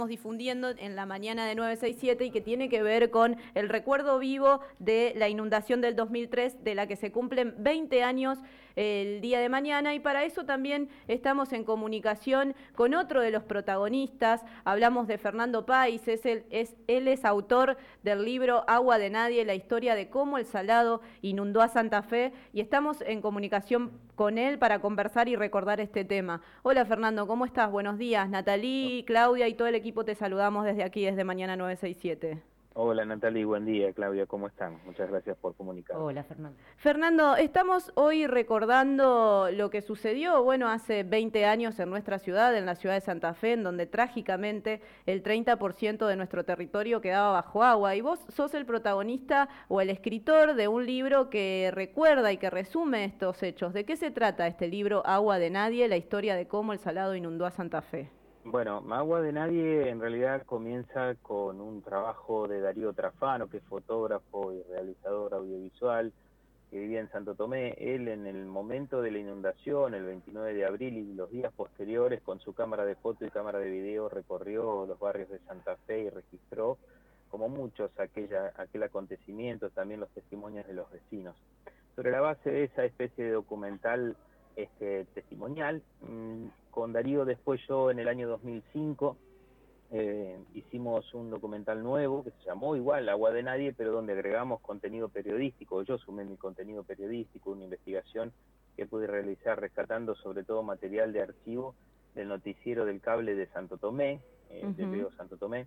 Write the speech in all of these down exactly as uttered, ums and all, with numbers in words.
difundiendo en la mañana de nueve sesenta y siete y que tiene que ver con el recuerdo vivo de la inundación del dos mil tres, de la que se cumplen veinte años el día de mañana, y para eso también estamos en comunicación con otro de los protagonistas. Hablamos de Fernando Páez, es el, es, él es autor del libro Agua de Nadie, la historia de cómo el Salado inundó a Santa Fe, y estamos en comunicación con él para conversar y recordar este tema. Hola Fernando, ¿cómo estás? Buenos días. Natalí, Claudia y todo el equipo te saludamos desde aquí, desde Mañana nueve sesenta y siete. Hola Natalie, buen día. Claudia, ¿cómo están? Muchas gracias por comunicar. Hola Fernando. Fernando, estamos hoy recordando lo que sucedió, bueno, hace veinte años en nuestra ciudad, en la ciudad de Santa Fe, en donde trágicamente el treinta por ciento de nuestro territorio quedaba bajo agua. Y vos sos el protagonista o el escritor de un libro que recuerda y que resume estos hechos. ¿De qué se trata este libro Agua de Nadie, la historia de cómo el Salado inundó a Santa Fe? Bueno, Agua de Nadie en realidad comienza con un trabajo de Darío Trafano, que es fotógrafo y realizador audiovisual, que vivía en Santo Tomé. Él en el momento de la inundación, el veintinueve de abril y los días posteriores, con su cámara de foto y cámara de video, recorrió los barrios de Santa Fe y registró, como muchos, aquella, aquel acontecimiento, también los testimonios de los vecinos. Sobre la base de esa especie de documental este, testimonial, mmm, con Darío después yo en el año dos mil cinco eh, hicimos un documental nuevo que se llamó igual Agua de Nadie, pero donde agregamos contenido periodístico. Yo sumé mi contenido periodístico, una investigación que pude realizar rescatando sobre todo material de archivo del noticiero del cable de Santo Tomé, eh, uh-huh. de Veo Santo Tomé,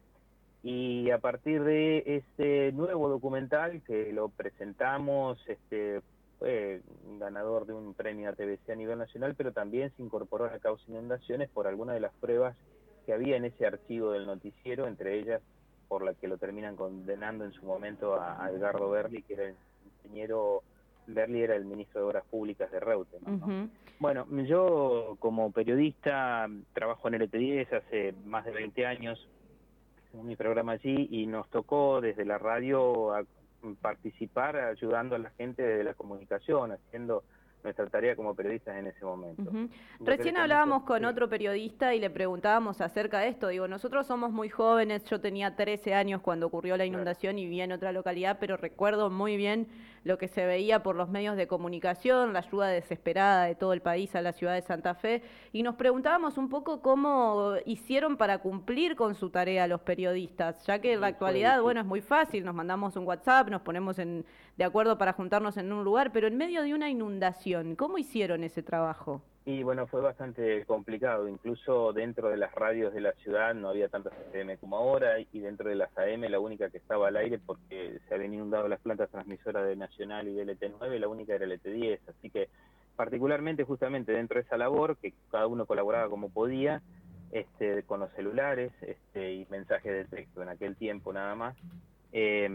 y a partir de este nuevo documental que lo presentamos, este fue ganador de un premio a T V C a nivel nacional, pero también se incorporó a la causa inundaciones por algunas de las pruebas que había en ese archivo del noticiero, entre ellas por la que lo terminan condenando en su momento a, a Edgardo Berli, que era el ingeniero. Berli era el ministro de Obras Públicas de Reutemann, ¿no? Uh-huh. Bueno, yo como periodista trabajo en L T diez hace más de veinte años, en mi programa allí, y nos tocó desde la radio a participar ayudando a la gente de la comunicación, haciendo nuestra tarea como periodistas en ese momento. Uh-huh. Recién hablábamos mucho, con sí. otro periodista y le preguntábamos acerca de esto. Digo, nosotros somos muy jóvenes, yo tenía trece años cuando ocurrió la inundación, claro, y vivía en otra localidad, pero recuerdo muy bien lo que se veía por los medios de comunicación, la ayuda desesperada de todo el país a la ciudad de Santa Fe, y nos preguntábamos un poco cómo hicieron para cumplir con su tarea los periodistas, ya que en la actualidad, bueno, es muy fácil, nos mandamos un WhatsApp, nos ponemos en, de acuerdo para juntarnos en un lugar, pero en medio de una inundación, ¿cómo hicieron ese trabajo? Y bueno, fue bastante complicado, incluso dentro de las radios de la ciudad no había tantas F M como ahora, y dentro de las A M la única que estaba al aire, porque se habían inundado las plantas transmisoras de Nacional y de L T nueve, la única era L T diez, así que particularmente justamente dentro de esa labor, que cada uno colaboraba como podía, este, con los celulares este, y mensajes de texto en aquel tiempo nada más, eh,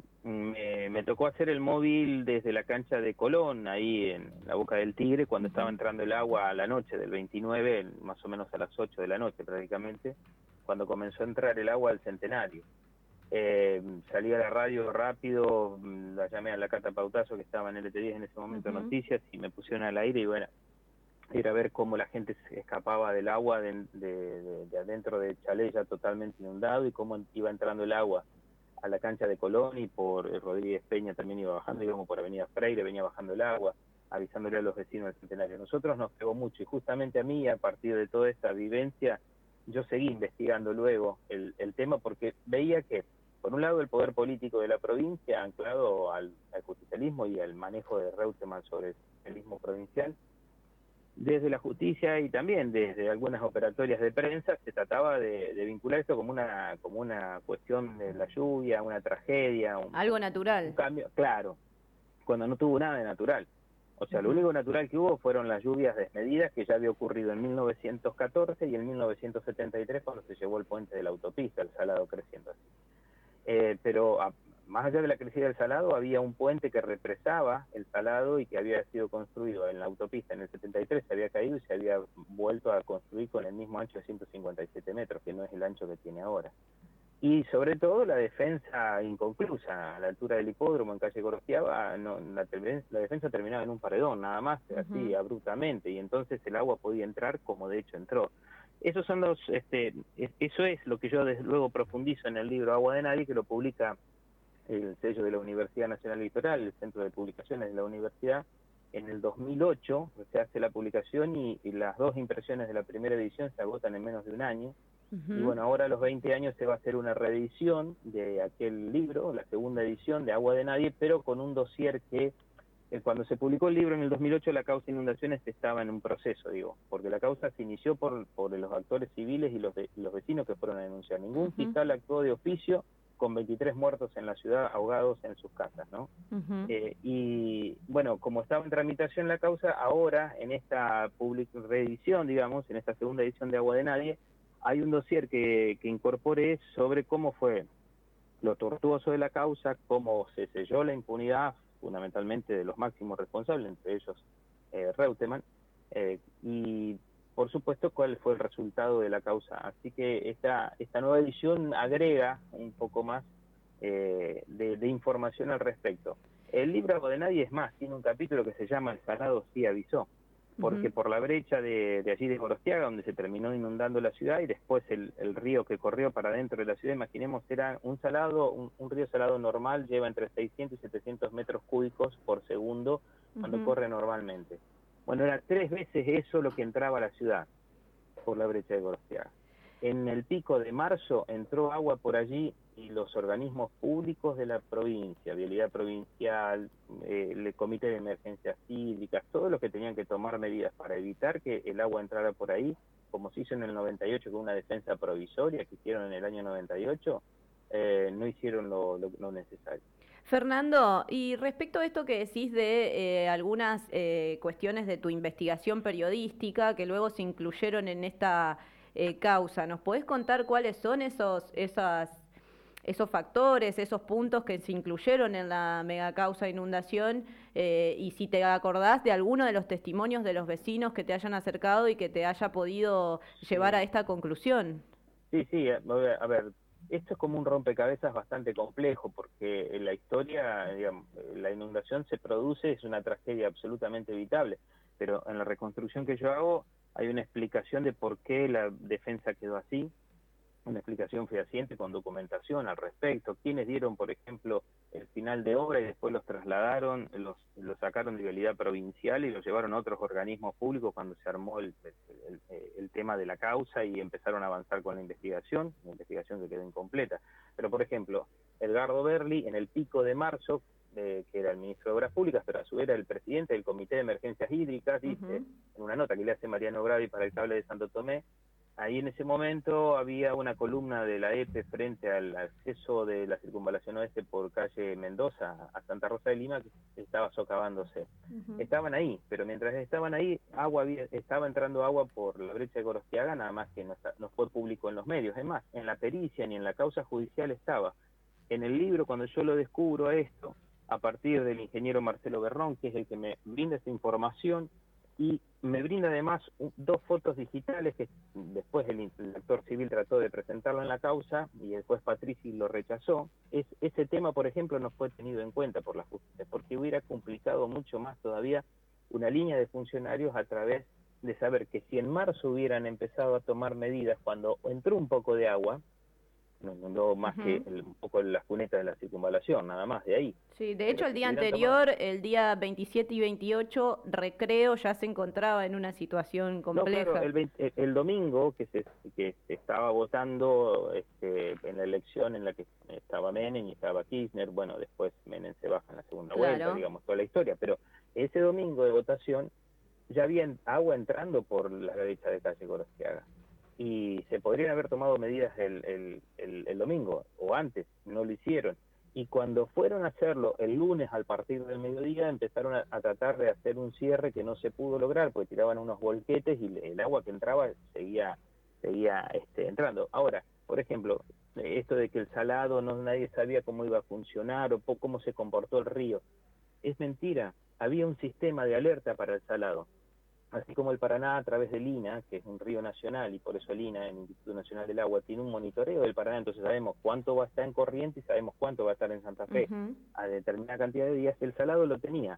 me, me tocó hacer el móvil desde la cancha de Colón, ahí en la Boca del Tigre, cuando estaba entrando el agua a la noche del veintinueve, más o menos a las ocho de la noche prácticamente, cuando comenzó a entrar el agua al Centenario. Eh, salí a la radio rápido, la llamé a la Cata Pautazo, que estaba en L T diez en ese momento, uh-huh. noticias, y me pusieron al aire, y bueno, era ver cómo la gente se escapaba del agua de, de, de, de adentro de Chalé ya totalmente inundado, y cómo iba entrando el agua a la cancha de Colón, y por Rodríguez Peña también iba bajando, íbamos por Avenida Freire, venía bajando el agua, avisándole a los vecinos del Centenario. Nosotros nos pegó mucho, y justamente a mí, a partir de toda esta vivencia, yo seguí investigando luego el, el tema, porque veía que, por un lado, el poder político de la provincia, anclado al, al justicialismo y al manejo de Reutemann sobre el justicialismo provincial, desde la justicia y también desde algunas operatorias de prensa, se trataba de, de vincular esto como una como una cuestión de la lluvia, una tragedia. Un, Algo natural. Un cambio, claro, cuando no tuvo nada de natural. O sea, uh-huh. lo único natural que hubo fueron las lluvias desmedidas, que ya había ocurrido en mil novecientos catorce y en mil novecientos setenta y tres, cuando se llevó el puente de la autopista, el Salado creciendo así. Eh, pero a, más allá de la crecida del Salado, había un puente que represaba el Salado y que había sido construido en la autopista en el setenta y tres, se había caído y se había vuelto a construir con el mismo ancho de ciento cincuenta y siete metros, que no es el ancho que tiene ahora. Y sobre todo la defensa inconclusa, a la altura del hipódromo en calle Gorostiaba, no, la, la defensa terminaba en un paredón, nada más, uh-huh. así abruptamente, y entonces el agua podía entrar como de hecho entró. Esos son los, este, eso es lo que yo desde luego profundizo en el libro Agua de Nadie, que lo publica el sello de la Universidad Nacional Litoral, el Centro de Publicaciones de la Universidad. En el dos mil ocho se hace la publicación y, y las dos impresiones de la primera edición se agotan en menos de un año. Uh-huh. Y bueno, ahora a los veinte años se va a hacer una reedición de aquel libro, la segunda edición de Agua de Nadie, pero con un dossier que eh, cuando se publicó el libro en el dos mil ocho la causa de inundaciones estaba en un proceso, digo, porque la causa se inició por, por los actores civiles y los, de, los vecinos que fueron a denunciar. Ningún uh-huh. fiscal actuó de oficio, con veintitrés muertos en la ciudad ahogados en sus casas, ¿no? Uh-huh. Eh, y bueno, como estaba en tramitación la causa, ahora en esta public reedición, digamos, en esta segunda edición de Agua de Nadie, hay un dossier que, que incorpore sobre cómo fue lo tortuoso de la causa, cómo se selló la impunidad, fundamentalmente de los máximos responsables, entre ellos eh, Reutemann, eh, y por supuesto cuál fue el resultado de la causa. Así que esta, esta nueva edición agrega un poco más eh, de, de información al respecto. El libro Agua de Nadie es más, tiene un capítulo que se llama El Salado sí avisó, porque uh-huh. por la brecha de, de allí de Gorostiaga, donde se terminó inundando la ciudad, y después el, el río que corrió para dentro de la ciudad, imaginemos, era un salado, un, un río salado normal, lleva entre seiscientos y setecientos metros cúbicos por segundo cuando uh-huh. corre normalmente. Bueno, era tres veces eso lo que entraba a la ciudad por la brecha de Gorostiaga. En el pico de marzo entró agua por allí y los organismos públicos de la provincia, Vialidad Provincial, eh, el Comité de Emergencias Hídricas, todos los que tenían que tomar medidas para evitar que el agua entrara por ahí, como se hizo en el noventa y ocho con una defensa provisoria que hicieron en el año noventa y ocho, eh, no hicieron lo, lo, lo necesario. Fernando, y respecto a esto que decís de eh, algunas eh, cuestiones de tu investigación periodística que luego se incluyeron en esta eh, causa, ¿nos podés contar cuáles son esos, esas, esos factores, esos puntos que se incluyeron en la megacausa inundación eh, y si te acordás de alguno de los testimonios de los vecinos que te hayan acercado y que te haya podido sí. llevar a esta conclusión? Sí, sí, a ver... A ver. Esto es como un rompecabezas bastante complejo, porque en la historia, digamos, la inundación se produce, es una tragedia absolutamente evitable, pero en la reconstrucción que yo hago hay una explicación de por qué la defensa quedó así, una explicación fehaciente con documentación al respecto, quienes dieron, por ejemplo, el final de obra y después los trasladaron, los, los sacaron de Vialidad Provincial y los llevaron a otros organismos públicos cuando se armó el, el, el, el tema de la causa y empezaron a avanzar con la investigación, una investigación que quedó incompleta. Pero, por ejemplo, Edgardo Berli, en el pico de marzo, eh, que era el ministro de Obras Públicas, pero a su vez era el presidente del Comité de Emergencias Hídricas, dice, uh-huh. en una nota que le hace Mariano Gravi para el cable de Santo Tomé, ahí en ese momento había una columna de la E P E frente al acceso de la circunvalación oeste por calle Mendoza a Santa Rosa de Lima, que estaba socavándose. Uh-huh. Estaban ahí, pero mientras estaban ahí, agua había, estaba entrando agua por la brecha de Gorostiaga, nada más que no, no fue público en los medios. Es más, en la pericia ni en la causa judicial estaba. En el libro, cuando yo lo descubro a esto, a partir del ingeniero Marcelo Berrón, que es el que me brinda esta información, y me brinda además un, dos fotos digitales que después el, el actor civil trató de presentarlo en la causa y después Patrici lo rechazó. Es, ese tema, por ejemplo, no fue tenido en cuenta por la justicia, porque hubiera complicado mucho más todavía una línea de funcionarios a través de saber que si en marzo hubieran empezado a tomar medidas cuando entró un poco de agua, no inundó más uh-huh. que el, un poco las cunetas de la circunvalación, nada más de ahí. Sí, de hecho el día anterior, tomado... el día veintisiete y veintiocho, Recreo ya se encontraba en una situación compleja. No, claro, el, veinte, el domingo que se, que se estaba votando este, en la elección en la que estaba Menem y estaba Kirchner, bueno, después Menem se baja en la segunda claro. vuelta, digamos, toda la historia, pero ese domingo de votación ya había agua entrando por la derecha de calle Gorostiaga. Y se podrían haber tomado medidas el, el, el, el domingo o antes, no lo hicieron. Y cuando fueron a hacerlo el lunes al partir del mediodía, empezaron a, a tratar de hacer un cierre que no se pudo lograr, porque tiraban unos volquetes y el agua que entraba seguía seguía este, entrando. Ahora, por ejemplo, esto de que el salado no nadie sabía cómo iba a funcionar o cómo se comportó el río, es mentira. Había un sistema de alerta para el salado. Así como el Paraná a través del I N A, que es un río nacional, y por eso el I N A, el Instituto Nacional del Agua, tiene un monitoreo del Paraná, entonces sabemos cuánto va a estar en corriente y sabemos cuánto va a estar en Santa Fe uh-huh. a determinada cantidad de días. El salado lo tenía,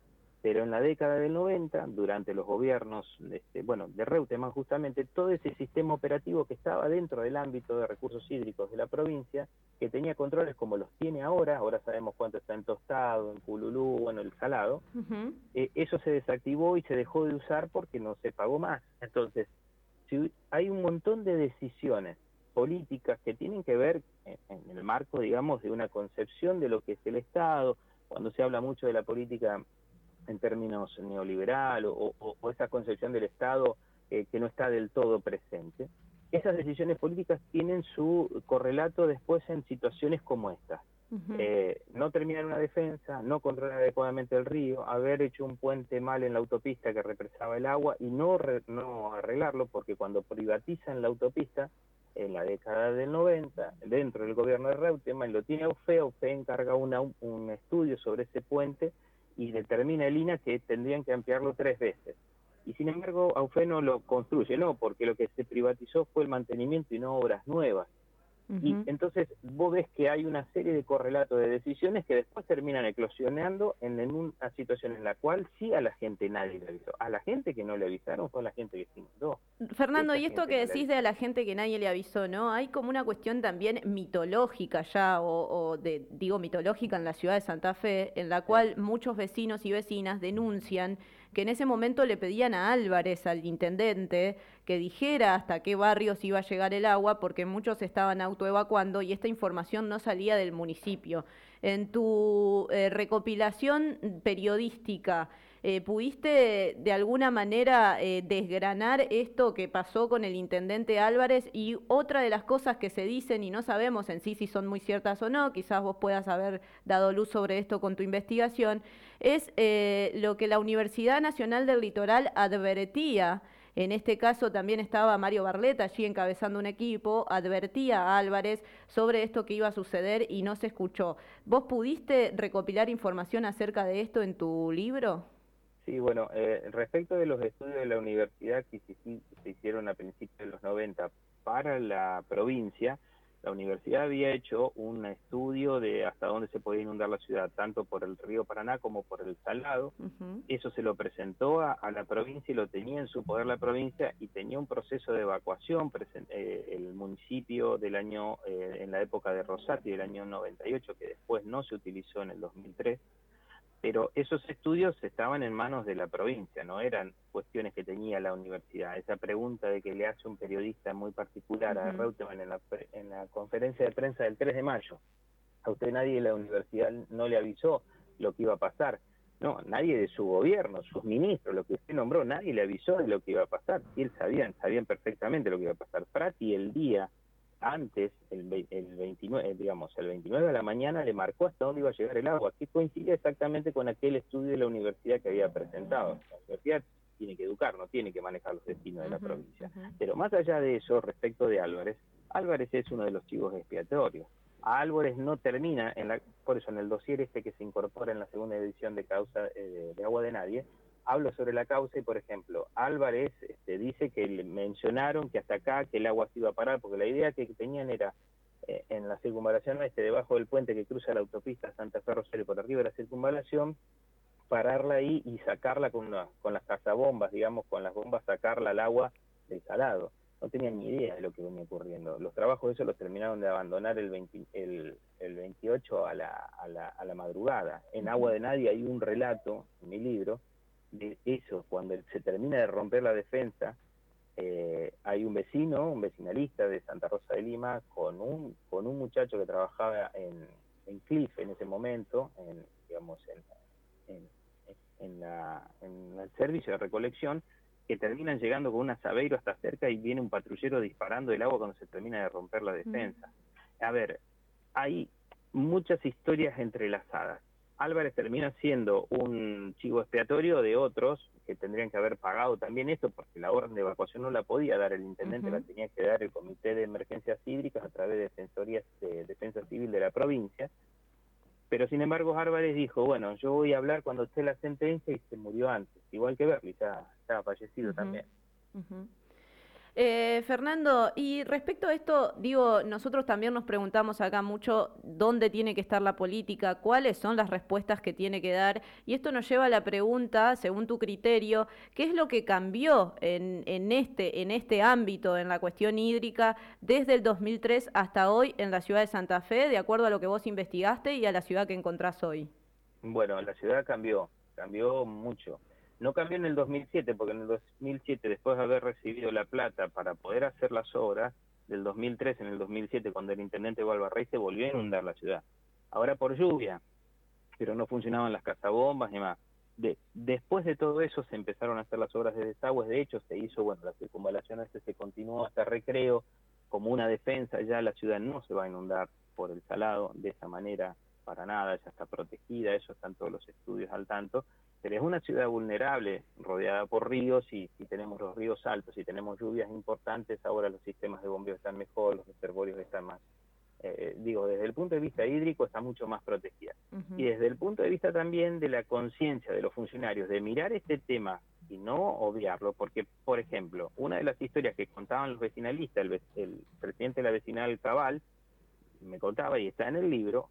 Pero en la década del noventa, durante los gobiernos, este, bueno, de Reutemann justamente, todo ese sistema operativo que estaba dentro del ámbito de recursos hídricos de la provincia, que tenía controles como los tiene ahora, ahora sabemos cuánto está en Tostado, en Pululú, bueno, el Salado, uh-huh. eh, eso se desactivó y se dejó de usar porque no se pagó más. Entonces, si hay un montón de decisiones políticas que tienen que ver en, en el marco, digamos, de una concepción de lo que es el Estado, cuando se habla mucho de la política en términos neoliberal o, o, o esa concepción del Estado eh, que no está del todo presente. Esas decisiones políticas tienen su correlato después en situaciones como esta. Uh-huh. Eh, no terminar una defensa, no controlar adecuadamente el río, haber hecho un puente mal en la autopista que represaba el agua y no, re, no arreglarlo, porque cuando privatizan la autopista, en la década del noventa, dentro del gobierno de Reutemann, lo tiene AUFE, AUFE encarga una, un estudio sobre ese puente y determina el I N A que tendrían que ampliarlo tres veces. Y sin embargo, AUFE no lo construye, no, porque lo que se privatizó fue el mantenimiento y no obras nuevas. Uh-huh. Y entonces vos ves que hay una serie de correlatos de decisiones que después terminan eclosionando en, en una situación en la cual sí a la gente nadie le avisó. A la gente que no le avisaron fue a la gente que se inundó. Fernando, Esta y esto que decís de a la gente que nadie le avisó, ¿no? Hay como una cuestión también mitológica ya, o, o de, digo mitológica en la ciudad de Santa Fe, en la cual sí. muchos vecinos y vecinas denuncian que en ese momento le pedían a Álvarez, al intendente, que dijera hasta qué barrios iba a llegar el agua, porque muchos estaban autoevacuando y esta información no salía del municipio. En tu eh, recopilación periodística, eh, ¿pudiste de alguna manera eh, desgranar esto que pasó con el intendente Álvarez? Y otra de las cosas que se dicen, y no sabemos en sí si son muy ciertas o no, quizás vos puedas haber dado luz sobre esto con tu investigación, es eh, lo que la Universidad Nacional del Litoral advertía. En este caso también estaba Mario Barletta allí encabezando un equipo, advertía a Álvarez sobre esto que iba a suceder y no se escuchó. ¿Vos pudiste recopilar información acerca de esto en tu libro? Sí, bueno, eh, respecto de los estudios de la universidad que se, se hicieron a principios de los noventa para la provincia, la universidad había hecho un estudio de hasta dónde se podía inundar la ciudad, tanto por el río Paraná como por el Salado. Uh-huh. Eso se lo presentó a, a la provincia y lo tenía en su poder la provincia y tenía un proceso de evacuación. Present, eh, el municipio del año, eh, en la época de Rosati, del año noventa y ocho, que después no se utilizó en el dos mil tres, pero esos estudios estaban en manos de la provincia, no eran cuestiones que tenía la universidad. Esa pregunta de que le hace un periodista muy particular uh-huh. a Reutemann en la, en la conferencia de prensa del tres de mayo, a usted nadie de la universidad no le avisó lo que iba a pasar. No, nadie de su gobierno, sus ministros, lo que usted nombró, nadie le avisó de lo que iba a pasar. Y él sabían, sabían perfectamente lo que iba a pasar. Prati el día antes, el, el veintinueve, digamos, el veintinueve de la mañana le marcó hasta dónde iba a llegar el agua, que coincide exactamente con aquel estudio de la universidad que había presentado. La universidad tiene que educar, no tiene que manejar los destinos de la uh-huh, provincia. Uh-huh. Pero más allá de eso, respecto de Álvarez, Álvarez es uno de los chivos expiatorios. A Álvarez no termina, en la, por eso en el dossier este que se incorpora en la segunda edición de Causa eh, de Agua de Nadie, hablo sobre la causa y, por ejemplo, Álvarez este, dice que le mencionaron que hasta acá, que el agua se iba a parar, porque la idea que tenían era, eh, en la circunvalación oeste, debajo del puente que cruza la autopista Santa Fe Rosario por arriba de la circunvalación, pararla ahí y sacarla con, una, con las cazabombas, digamos, con las bombas, sacarla al agua del Salado. No tenían ni idea de lo que venía ocurriendo. Los trabajos de eso los terminaron de abandonar el, veinte, el, el veintiocho a la, a, la, a la madrugada. En Agua de Nadie hay un relato, en mi libro, de eso, cuando se termina de romper la defensa, eh, hay un vecino, un vecinalista de Santa Rosa de Lima, con un con un muchacho que trabajaba en, en Cliff en ese momento, en, digamos, en, en, en, la, en el servicio de recolección, que terminan llegando con un asabeiro hasta cerca y viene un patrullero disparando el agua cuando se termina de romper la defensa. Mm. A ver, hay muchas historias entrelazadas. Álvarez termina siendo un chivo expiatorio de otros que tendrían que haber pagado también esto, porque la orden de evacuación no la podía dar el intendente, uh-huh. la tenía que dar el Comité de Emergencias Hídricas a través de defensorías de defensa civil de la provincia. Pero sin embargo Álvarez dijo, bueno, yo voy a hablar cuando esté la sentencia, y se murió antes, igual que Berli, ya estaba fallecido uh-huh. también. Uh-huh. Eh, Fernando, y respecto a esto, digo, nosotros también nos preguntamos acá mucho dónde tiene que estar la política, cuáles son las respuestas que tiene que dar, y esto nos lleva a la pregunta, según tu criterio, ¿qué es lo que cambió en, en este, en este ámbito, en la cuestión hídrica, desde el dos mil tres hasta hoy en la ciudad de Santa Fe, de acuerdo a lo que vos investigaste y a la ciudad que encontrás hoy? Bueno, la ciudad cambió, cambió mucho. No cambió en el dos mil siete, porque en el dos mil siete, después de haber recibido la plata para poder hacer las obras, del dos mil tres en el dos mil siete, cuando el intendente Balbarrey se volvió a inundar la ciudad. Ahora por lluvia, pero no funcionaban las cazabombas ni más. De, después de todo eso se empezaron a hacer las obras de desagües, de hecho se hizo, bueno, la circunvalación este se continuó hasta Recreo, como una defensa, ya la ciudad no se va a inundar por el salado de esa manera para nada, ya está protegida, eso están todos los estudios al tanto, pero es una ciudad vulnerable, rodeada por ríos, y si tenemos los ríos altos y tenemos lluvias importantes, ahora los sistemas de bombeo están mejor, los reservorios están más, eh, digo, desde el punto de vista hídrico está mucho más protegida. Uh-huh. Y desde el punto de vista también de la conciencia de los funcionarios, de mirar este tema y no obviarlo, porque, por ejemplo, una de las historias que contaban los vecinalistas, el, el presidente de la vecinal Cabal, me contaba, y está en el libro,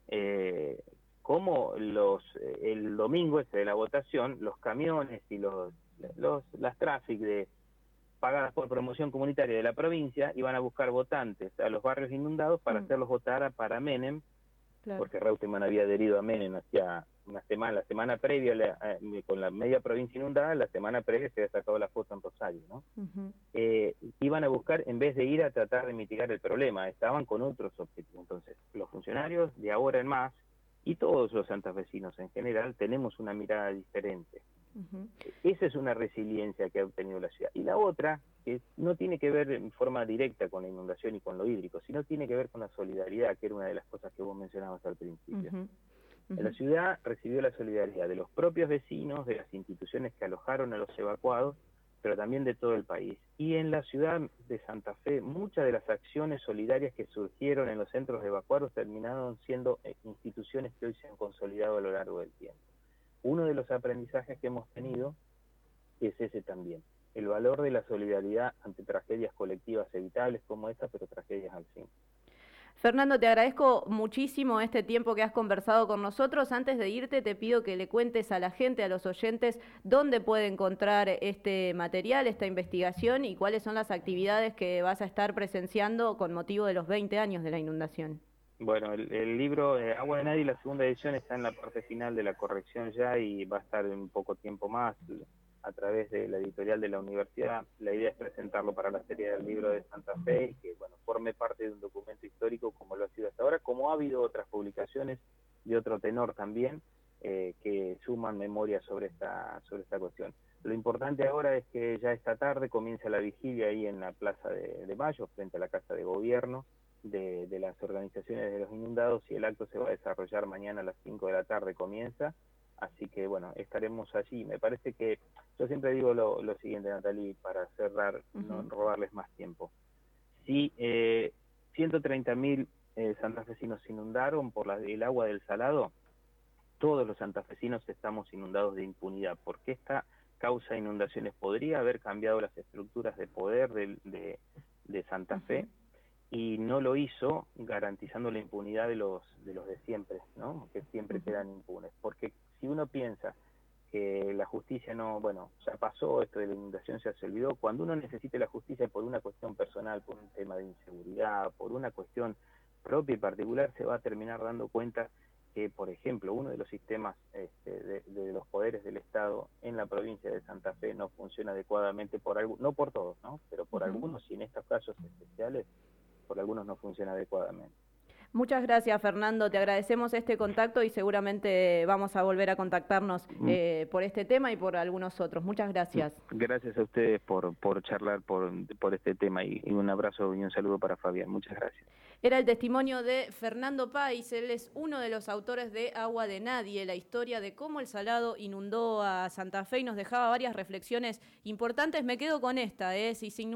eh, cómo los, el domingo ese de la votación, los camiones y los, los las tráfic de pagadas por promoción comunitaria de la provincia iban a buscar votantes a los barrios inundados para mm. hacerlos votar para Menem, claro. Porque Reutemann había adherido a Menem hacía una semana, la semana previa, la, eh, con la media provincia inundada, la semana previa se había sacado la foto en Rosario, ¿no? Uh-huh. Eh, iban a buscar, en vez de ir a tratar de mitigar el problema, estaban con otros objetivos. Entonces, los funcionarios de ahora en más, y todos los santafesinos en general, tenemos una mirada diferente. Uh-huh. Esa es una resiliencia que ha obtenido la ciudad. Y la otra, que no tiene que ver en forma directa con la inundación y con lo hídrico, sino tiene que ver con la solidaridad, que era una de las cosas que vos mencionabas al principio. Uh-huh. Uh-huh. La ciudad recibió la solidaridad de los propios vecinos, de las instituciones que alojaron a los evacuados, pero también de todo el país. Y en la ciudad de Santa Fe, muchas de las acciones solidarias que surgieron en los centros de evacuados terminaron siendo instituciones que hoy se han consolidado a lo largo del tiempo. Uno de los aprendizajes que hemos tenido es ese también, el valor de la solidaridad ante tragedias colectivas evitables como esta, pero tragedias al fin. Fernando, te agradezco muchísimo este tiempo que has conversado con nosotros. Antes de irte, te pido que le cuentes a la gente, a los oyentes, dónde puede encontrar este material, esta investigación y cuáles son las actividades que vas a estar presenciando con motivo de los veinte años de la inundación. Bueno, el, el libro eh, Agua de Nadie, la segunda edición, está en la parte final de la corrección ya y va a estar en poco tiempo más a través de la editorial de la universidad. La idea es presentarlo para la Feria del Libro de Santa Fe y que, bueno, forme parte de un documento histórico como lo ha sido hasta ahora, como ha habido otras publicaciones de otro tenor también eh, que suman memoria sobre esta, sobre esta cuestión. Lo importante ahora es que ya esta tarde comienza la vigilia ahí en la Plaza de, de Mayo, frente a la Casa de Gobierno de, de las organizaciones de los inundados, y el acto se va a desarrollar mañana a las cinco de la tarde, comienza. Así que, bueno, estaremos allí. Me parece que, yo siempre digo lo, lo siguiente, Natalie, para cerrar, uh-huh. no robarles más tiempo. Si eh, ciento treinta mil eh, santafesinos se inundaron por la, el agua del Salado, todos los santafesinos estamos inundados de impunidad, porque esta causa de inundaciones podría haber cambiado las estructuras de poder de, de, de Santa Fe, uh-huh. y no lo hizo garantizando la impunidad de los de los de siempre, ¿no? Que siempre quedan impunes. Porque si uno piensa que la justicia no, bueno, ya pasó, esto de la inundación ya se olvidó, cuando uno necesite la justicia por una cuestión personal, por un tema de inseguridad, por una cuestión propia y particular, se va a terminar dando cuenta que, por ejemplo, uno de los sistemas este, de, de los poderes del Estado en la provincia de Santa Fe no funciona adecuadamente, por algo, no por todos, ¿no? Pero por uh-huh. algunos, y en estos casos especiales, por algunos no funciona adecuadamente. Muchas gracias, Fernando. Te agradecemos este contacto y seguramente vamos a volver a contactarnos eh, por este tema y por algunos otros. Muchas gracias. Gracias a ustedes por, por charlar por, por este tema y, y un abrazo y un saludo para Fabián. Muchas gracias. Era el testimonio de Fernando Páez. Él es uno de los autores de Agua de Nadie, la historia de cómo el Salado inundó a Santa Fe y nos dejaba varias reflexiones importantes. Me quedo con esta, ¿eh? Si se